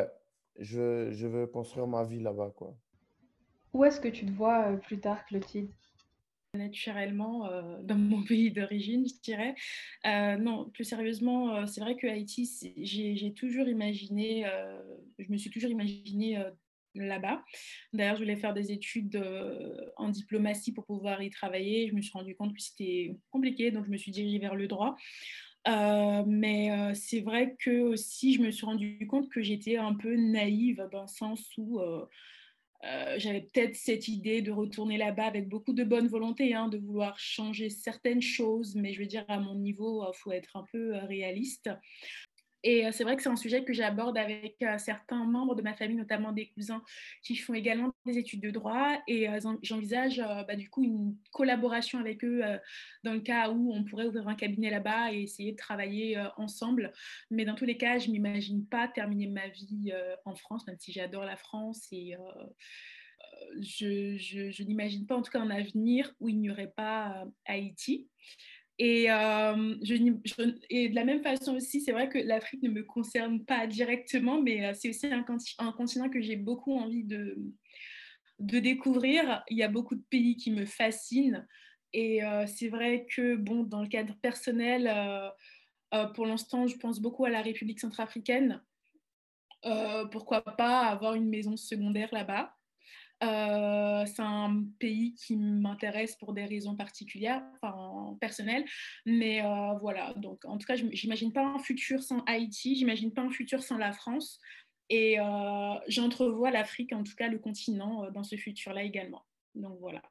je, je veux construire ma vie là-bas, quoi. Où est-ce que tu te vois euh, plus tard, Clotilde? Naturellement euh, dans mon pays d'origine, je dirais. Euh, non, plus sérieusement, euh, c'est vrai que Haïti, c'est- j'ai j'ai toujours imaginé, euh, je me suis toujours imaginé euh, là-bas. D'ailleurs, je voulais faire des études euh, en diplomatie pour pouvoir y travailler. Je me suis rendu compte que c'était compliqué, donc je me suis dirigée vers le droit. Euh, mais euh, c'est vrai que aussi, je me suis rendu compte que j'étais un peu naïve dans le sens où euh, euh, j'avais peut-être cette idée de retourner là-bas avec beaucoup de bonne volonté, hein, de vouloir changer certaines choses, mais je veux dire, à mon niveau, il faut être un peu euh, réaliste. Et euh, c'est vrai que c'est un sujet que j'aborde avec euh, certains membres de ma famille, notamment des cousins qui font également des études de droit. Et euh, j'envisage euh, bah, du coup une collaboration avec eux euh, dans le cas où on pourrait ouvrir un cabinet là-bas et essayer de travailler euh, ensemble. Mais dans tous les cas, je ne m'imagine pas terminer ma vie euh, en France, même si j'adore la France. Et euh, je, je, je n'imagine pas en tout cas un avenir où il n'y aurait pas euh, Haïti. Et, euh, je, je, et de la même façon aussi, c'est vrai que l'Afrique ne me concerne pas directement, mais euh, c'est aussi un, un continent que j'ai beaucoup envie de, de découvrir. Il y a beaucoup de pays qui me fascinent. Et euh, c'est vrai que, bon, dans le cadre personnel, euh, euh, pour l'instant, je pense beaucoup à la République centrafricaine. Euh, pourquoi pas avoir une maison secondaire là-bas. Euh, c'est un pays qui m'intéresse pour des raisons particulières, enfin personnelles, mais euh, voilà. Donc, en tout cas, j'imagine pas un futur sans Haïti, j'imagine pas un futur sans la France, et euh, j'entrevois l'Afrique, en tout cas le continent, euh, dans ce futur-là également. Donc voilà.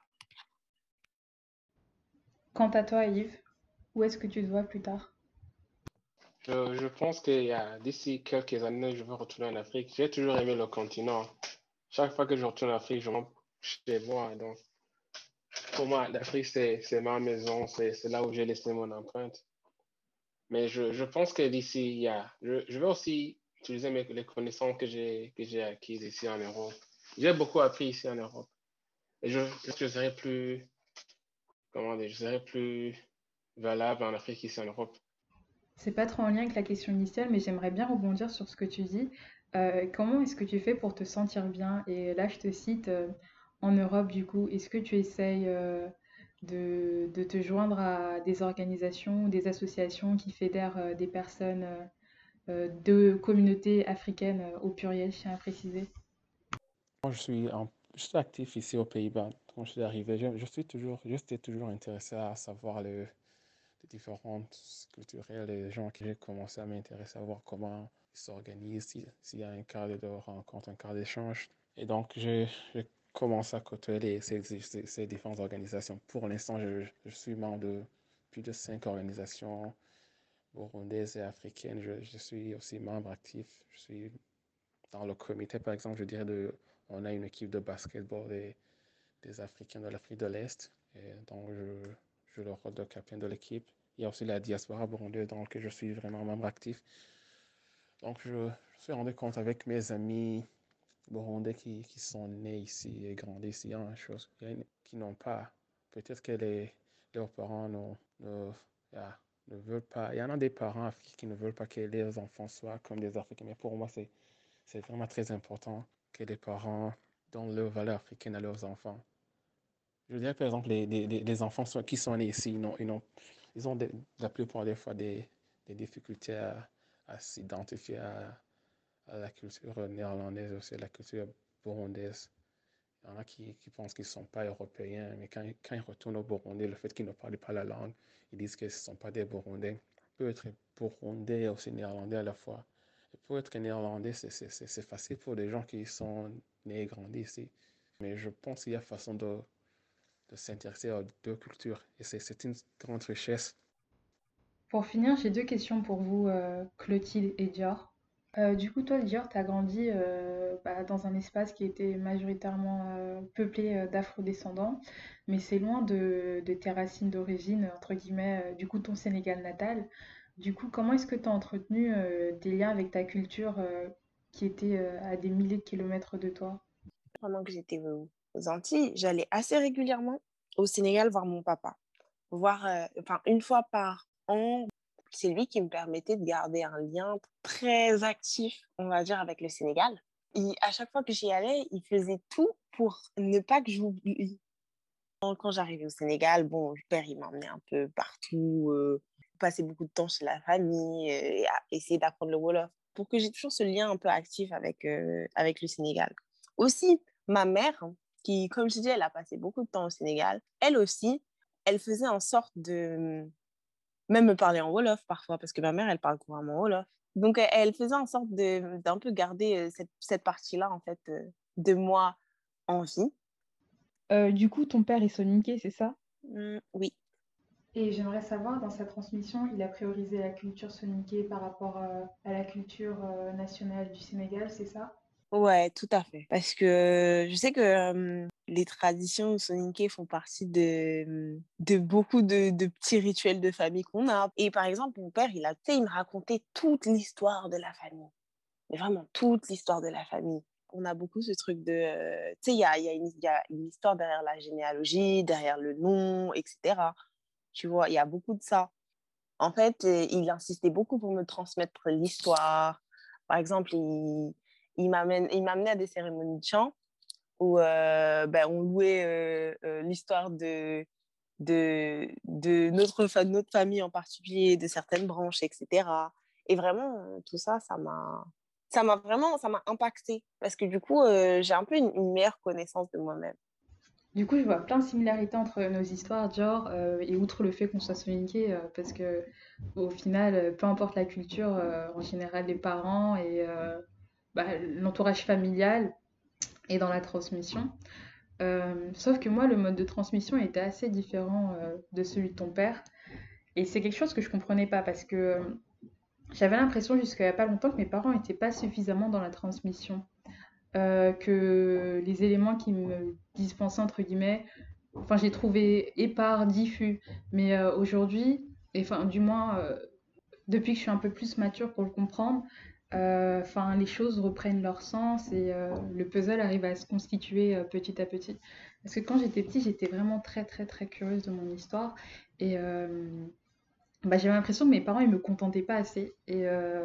Quant à toi, Yves, où est-ce que tu te vois plus tard? Je, je pense qu'il y a d'ici quelques années, je vais retourner en Afrique. J'ai toujours aimé le continent. Chaque fois que je retourne en Afrique, je rentre chez moi. Donc, pour moi, l'Afrique, c'est, c'est ma maison, c'est, c'est là où j'ai laissé mon empreinte. Mais je, je pense que d'ici, il y a, je, je vais aussi utiliser mes, les connaissances que j'ai, que j'ai acquises ici en Europe. J'ai beaucoup appris ici en Europe. Et je, je serai plus, comment dire, je serai plus valable en Afrique qu'ici en Europe. C'est pas trop en lien avec la question initiale, mais j'aimerais bien rebondir sur ce que tu dis. Euh, comment est-ce que tu fais pour te sentir bien? Et là, je te cite euh, en Europe, du coup, est-ce que tu essayes euh, de, de te joindre à des organisations ou des associations qui fédèrent euh, des personnes euh, euh, de communautés africaines euh, au pluriel, je tiens à préciser? Moi, je suis, en- je suis actif ici aux Pays-Bas. Quand je suis arrivé, je, je suis toujours, j'étais toujours intéressé à savoir le, les différentes culturelles des gens que j'ai commencé à m'intéresser à voir comment ils s'organisent, si- s'il y a un cadre de rencontre, un cadre d'échange. Et donc, j'ai j'ai commencé à côtoyer les- ces, ces- ces différentes organisations. Pour l'instant, je, je suis membre de plus de cinq organisations burundaises et africaines. Je, je suis aussi membre actif. Je suis dans le comité, par exemple, je dirais, de, on a une équipe de basketball des, des Africains de l'Afrique de l'Est. Et donc, je joue le rôle de capitaine de l'équipe. Il y a aussi la diaspora burundaise dans laquelle je suis vraiment membre actif. Donc, je, je me suis rendu compte avec mes amis burundais qui, qui sont nés ici et grandis ici, il y a une chose qui n'ont pas. Peut-être que les, leurs parents ne, ne, yeah, ne veulent pas. Il y en a des parents africains qui ne veulent pas que leurs enfants soient comme des Africains. Mais pour moi, c'est c'est vraiment très important que les parents donnent leurs valeurs africaines à leurs enfants. Je dirais par exemple, les, les, les enfants sont, qui sont nés ici, ils ont, ils ont, ils ont des, la plupart des fois des, des difficultés à, à s'identifier à, à la culture néerlandaise, aussi à la culture burundaise. Il y en a qui, qui pensent qu'ils ne sont pas européens, mais quand, quand ils retournent au Burundi, le fait qu'ils ne parlent pas la langue, ils disent qu'ils ne sont pas des Burundais. On peut être burundais et aussi néerlandais à la fois. Et pour être néerlandais, c'est, c'est, c'est, c'est facile pour des gens qui sont nés et grandis ici. Mais je pense qu'il y a façon de, de s'intéresser aux deux cultures. Et c'est, c'est une grande richesse. Pour finir, j'ai deux questions pour vous, euh, Clotilde et Dior. Euh, du coup, toi, Dior, tu as grandi euh, bah, dans un espace qui était majoritairement euh, peuplé euh, d'afro-descendants, mais c'est loin de, de tes racines d'origine, entre guillemets, euh, du coup, ton Sénégal natal. Du coup, comment est-ce que tu as entretenu euh, des liens avec ta culture euh, qui était euh, à des milliers de kilomètres de toi? Pendant que j'étais aux aux Antilles, j'allais assez régulièrement au Sénégal voir mon papa. Voir, euh, enfin, une fois par an, c'est lui qui me permettait de garder un lien très actif, on va dire, avec le Sénégal. il, à chaque fois que j'y allais, il faisait tout pour ne pas que j'oublie. Quand j'arrivais au Sénégal, bon, le père, il m'emmenait un peu partout, euh, passer beaucoup de temps chez la famille, euh, et à essayer d'apprendre le Wolof, pour que j'ai toujours ce lien un peu actif avec, euh, avec le Sénégal. Aussi, ma mère, qui, comme je disais, elle a passé beaucoup de temps au Sénégal, elle aussi, elle faisait en sorte de même me parler en Wolof parfois, parce que ma mère, elle parle couramment Wolof. Donc, elle, elle faisait en sorte de, d'un peu garder euh, cette, cette partie-là, en fait, euh, de moi en vie. Euh, du coup, ton père est soninké, c'est ça? Mm, oui. Et j'aimerais savoir, dans sa transmission, il a priorisé la culture soninké par rapport euh, à la culture euh, nationale du Sénégal, c'est ça? Ouais, tout à fait. Parce que je sais que euh, les traditions soninké font partie de, de beaucoup de, de petits rituels de famille qu'on a. Et par exemple, mon père, il a, tu sais, il me racontait toute l'histoire de la famille. Mais vraiment toute l'histoire de la famille. On a beaucoup ce truc de... euh, tu sais, il y a, il y a une, il y a une histoire derrière la généalogie, derrière le nom, et cetera. Tu vois, il y a beaucoup de ça. En fait, euh, il insistait beaucoup pour me transmettre l'histoire. Par exemple, il, il m'amène, il m'amenait à des cérémonies de chant où euh, ben, on louait euh, euh, l'histoire de, de, de notre, fa- notre famille en particulier, de certaines branches, et cetera. Et vraiment, euh, tout ça, ça m'a, ça m'a vraiment, ça m'a impacté parce que du coup, euh, j'ai un peu une, une meilleure connaissance de moi-même. Du coup, je vois plein de similarités entre nos histoires, genre, euh, et outre le fait qu'on soit soninké, euh, parce que au final, euh, peu importe la culture, euh, en général, les parents et euh, bah, l'entourage familial est dans la transmission. Euh, sauf que moi, le mode de transmission était assez différent euh, de celui de ton père. Et c'est quelque chose que je comprenais pas parce que euh, j'avais l'impression jusqu'à il y a pas longtemps que mes parents n'étaient pas suffisamment dans la transmission. Euh, que les éléments qui me dispensaient, entre guillemets, enfin, j'ai trouvé épars, diffus. Mais euh, aujourd'hui, et enfin, du moins, euh, depuis que je suis un peu plus mature pour le comprendre, euh, enfin, les choses reprennent leur sens et euh, le puzzle arrive à se constituer euh, petit à petit. Parce que quand j'étais petite, j'étais vraiment très, très, très curieuse de mon histoire. Et euh, bah, j'avais l'impression que mes parents, ils me contentaient pas assez. Et euh,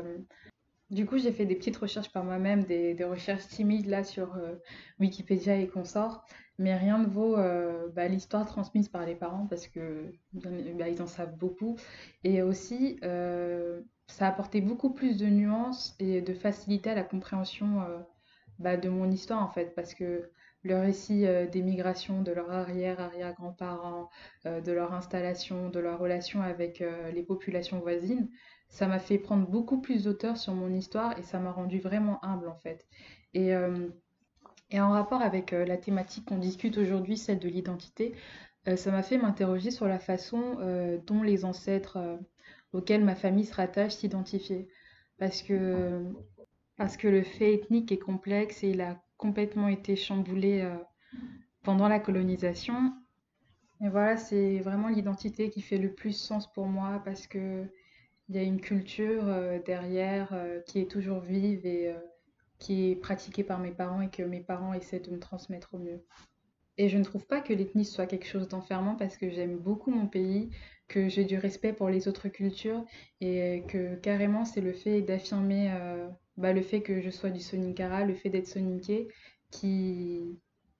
du coup, j'ai fait des petites recherches par moi-même, des, des recherches timides là sur euh, Wikipédia et consorts, mais rien ne vaut euh, bah, l'histoire transmise par les parents parce que bah, ils en savent beaucoup. Et aussi, euh, ça a apporté beaucoup plus de nuances et de facilité à la compréhension euh, bah, de mon histoire en fait, parce que le récit euh, des migrations de leurs arrière-arrière-grands-parents, euh, de leur installation, de leur relation avec euh, les populations voisines, ça m'a fait prendre beaucoup plus d'auteur sur mon histoire et ça m'a rendu vraiment humble en fait. Et, euh, et en rapport avec euh, la thématique qu'on discute aujourd'hui, celle de l'identité, euh, ça m'a fait m'interroger sur la façon euh, dont les ancêtres euh, auxquels ma famille se rattache s'identifiaient. Parce que, parce que le fait ethnique est complexe et il a complètement été chamboulé euh, pendant la colonisation. Et voilà, c'est vraiment l'identité qui fait le plus sens pour moi parce que il y a une culture euh, derrière euh, qui est toujours vive et euh, qui est pratiquée par mes parents et que mes parents essaient de me transmettre au mieux. Et je ne trouve pas que l'ethnie soit quelque chose d'enfermant parce que j'aime beaucoup mon pays, que j'ai du respect pour les autres cultures et que carrément c'est le fait d'affirmer euh, bah, le fait que je sois du Soninkara, le fait d'être soninké qui,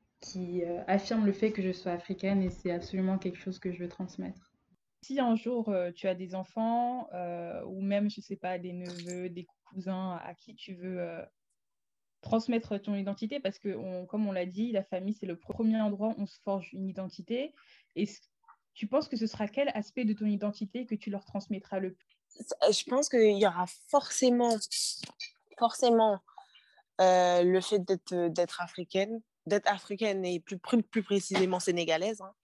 qui euh, affirme le fait que je sois africaine et c'est absolument quelque chose que je veux transmettre. Si un jour euh, tu as des enfants euh, ou même, je sais pas, des neveux, des cousins à qui tu veux euh, transmettre ton identité, parce que on, comme on l'a dit, la famille, c'est le premier endroit où on se forge une identité. Et tu penses que ce sera quel aspect de ton identité que tu leur transmettras le plus? Je pense qu'il y aura forcément, forcément euh, le fait d'être, d'être africaine, d'être africaine et plus, plus précisément sénégalaise. Hein.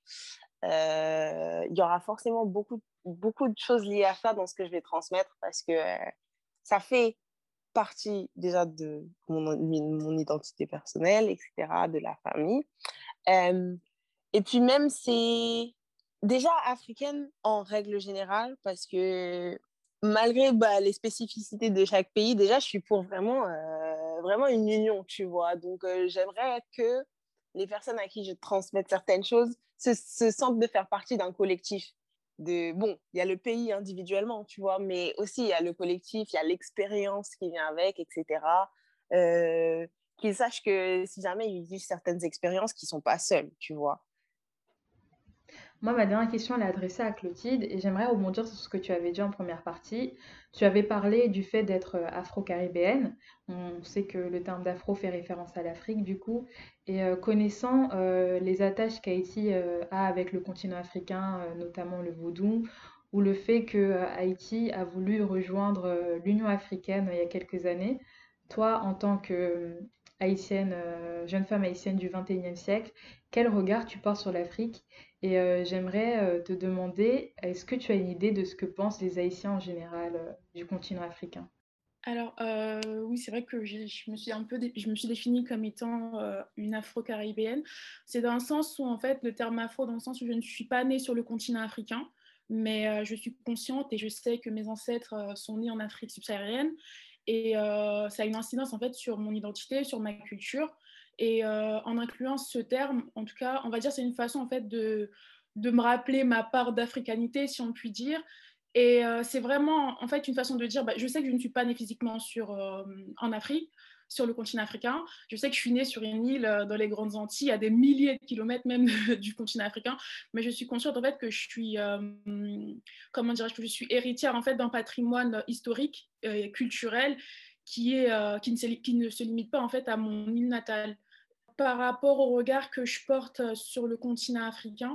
Euh, il y aura forcément beaucoup, beaucoup de choses liées à ça dans ce que je vais transmettre parce que euh, ça fait partie déjà de mon, mon identité personnelle, et cetera, de la famille. Euh, et puis même, c'est déjà africaine en règle générale parce que malgré bah, les spécificités de chaque pays, déjà, je suis pour vraiment, euh, vraiment une union, tu vois. Donc, euh, j'aimerais que les personnes à qui je transmette certaines choses se, se sentent de faire partie d'un collectif. De, bon, il y a le pays individuellement, tu vois, mais aussi il y a le collectif, il y a l'expérience qui vient avec, et cetera. Euh, qu'ils sachent que si jamais ils vivent certaines expériences, qu'ils ne sont pas seuls, tu vois. Moi, ma dernière question, elle est adressée à Clotilde et j'aimerais rebondir sur ce que tu avais dit en première partie. Tu avais parlé du fait d'être euh, afro-caribéenne. On sait que le terme d'afro fait référence à l'Afrique, du coup. Et euh, connaissant euh, les attaches qu'Haïti euh, a avec le continent africain, euh, notamment le vaudou, ou le fait que euh, Haïti a voulu rejoindre euh, l'Union africaine euh, il y a quelques années, toi, en tant que euh, haïtienne, euh, jeune femme haïtienne du vingt et unième siècle, quel regard tu portes sur l'Afrique? Et euh, j'aimerais euh, te demander, est-ce que tu as une idée de ce que pensent les Haïtiens en général euh, du continent africain? Alors, euh, oui, c'est vrai que j'ai- je me suis un peu dé- je me suis définie comme étant euh, une afro-caribéenne. C'est dans le sens où, en fait, le terme afro, dans le sens où je ne suis pas née sur le continent africain, mais euh, je suis consciente et je sais que mes ancêtres euh, sont nés en Afrique subsaharienne. Et euh, ça a une incidence, en fait, sur mon identité, sur ma culture. Et euh, en incluant ce terme, en tout cas, on va dire c'est une façon, en fait, de, de me rappeler ma part d'africanité, si on peut dire. Et euh, c'est vraiment en fait une façon de dire, bah, je sais que je ne suis pas née physiquement sur, euh, en Afrique, sur le continent africain. Je sais que je suis née sur une île euh, dans les Grandes Antilles, à des milliers de kilomètres même du continent africain. Mais je suis consciente en fait que je suis, euh, comment dirais-je, que je suis héritière en fait d'un patrimoine historique et euh, culturel qui, est, euh, qui, ne se, qui ne se limite pas en fait à mon île natale. Par rapport au regard que je porte sur le continent africain,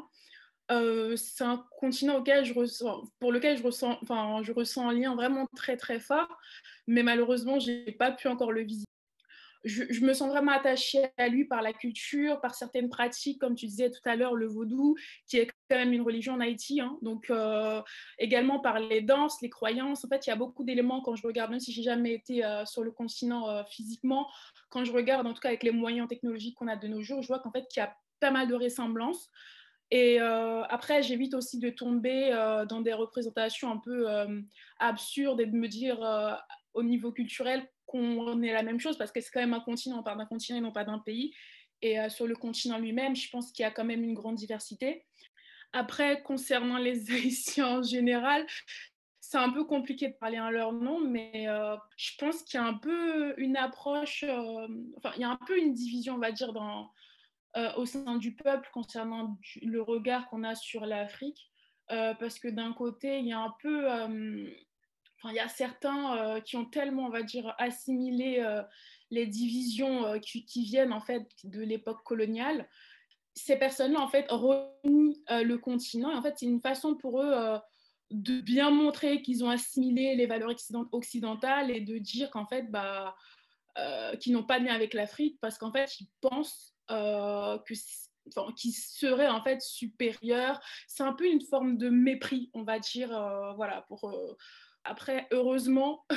euh, c'est un continent auquel je ressens, pour lequel je ressens, enfin, je ressens un lien vraiment très très fort, mais malheureusement, je n'ai pas pu encore le visiter. Je, je me sens vraiment attachée à lui par la culture, par certaines pratiques, comme tu disais tout à l'heure, le vaudou, qui est quand même une religion en Haïti, hein. Donc euh, également par les danses, les croyances. En fait, il y a beaucoup d'éléments quand je regarde, même si j'ai jamais été euh, sur le continent euh, physiquement, quand je regarde, en tout cas avec les moyens technologiques qu'on a de nos jours, je vois qu'en fait, qu'il y a pas mal de ressemblances. Et euh, après, j'évite aussi de tomber euh, dans des représentations un peu euh, absurdes et de me dire euh, au niveau culturel qu'on est la même chose parce que c'est quand même un continent, on parle d'un continent et non pas d'un pays. Et euh, sur le continent lui-même, je pense qu'il y a quand même une grande diversité. Après, concernant les Haïtiens en général, c'est un peu compliqué de parler en leur nom, mais euh, je pense qu'il y a un peu une approche, euh, enfin, il y a un peu une division, on va dire, dans euh, au sein du peuple concernant du, le regard qu'on a sur l'Afrique. Euh, parce que d'un côté, il y a un peu... Euh, enfin, il y a certains euh, qui ont tellement, on va dire, assimilé euh, les divisions euh, qui, qui viennent en fait de l'époque coloniale. Ces personnes-là, en fait, renient euh, le continent. Et en fait, c'est une façon pour eux euh, de bien montrer qu'ils ont assimilé les valeurs occidentales et de dire qu'en fait, bah, euh, qui n'ont pas de lien avec l'Afrique parce qu'en fait, ils pensent euh, que enfin, qu'ils seraient en fait supérieurs. C'est un peu une forme de mépris, on va dire, euh, voilà, pour... Euh... Après, heureusement,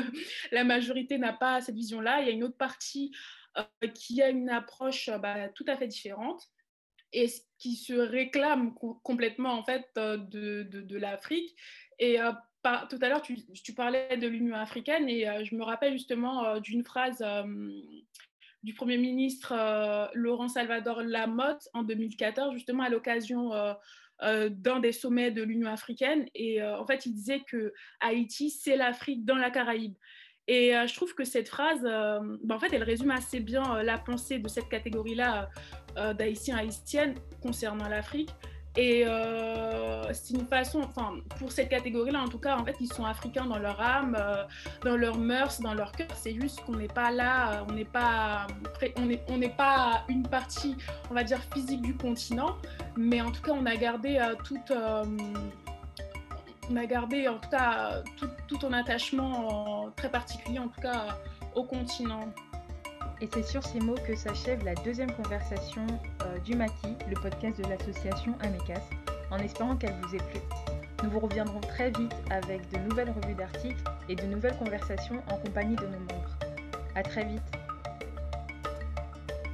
la majorité n'a pas cette vision-là. Il y a une autre partie euh, qui a une approche euh, bah, tout à fait différente et qui se réclame co- complètement en fait euh, de, de, de l'Afrique. Et euh, par, tout à l'heure, tu, tu parlais de l'Union africaine et euh, je me rappelle justement euh, d'une phrase euh, du Premier ministre euh, Laurent Salvador Lamotte en deux mille quatorze, justement à l'occasion euh, euh, d'un des sommets de l'Union africaine. Et euh, en fait, il disait que Haïti, c'est l'Afrique dans la Caraïbe. Et euh, je trouve que cette phrase, euh, ben, en fait, elle résume assez bien euh, la pensée de cette catégorie-là euh, d'Haïtiens, Haïtiennes concernant l'Afrique. Et euh, c'est une façon, enfin, pour cette catégorie-là, en tout cas, en fait, ils sont africains dans leur âme, euh, dans leurs mœurs, dans leur cœur. C'est juste qu'on n'est pas là, on n'est pas, on n'est, on n'est pas une partie, on va dire, physique du continent, mais en tout cas, on a gardé euh, toute, euh, on a gardé en tout cas tout, tout un attachement euh, très particulier, en tout cas, au continent. Et c'est sur ces mots que s'achève la deuxième conversation euh, du Maquis, le podcast de l'association Amecas, en espérant qu'elle vous ait plu. Nous vous reviendrons très vite avec de nouvelles revues d'articles et de nouvelles conversations en compagnie de nos membres. À très vite.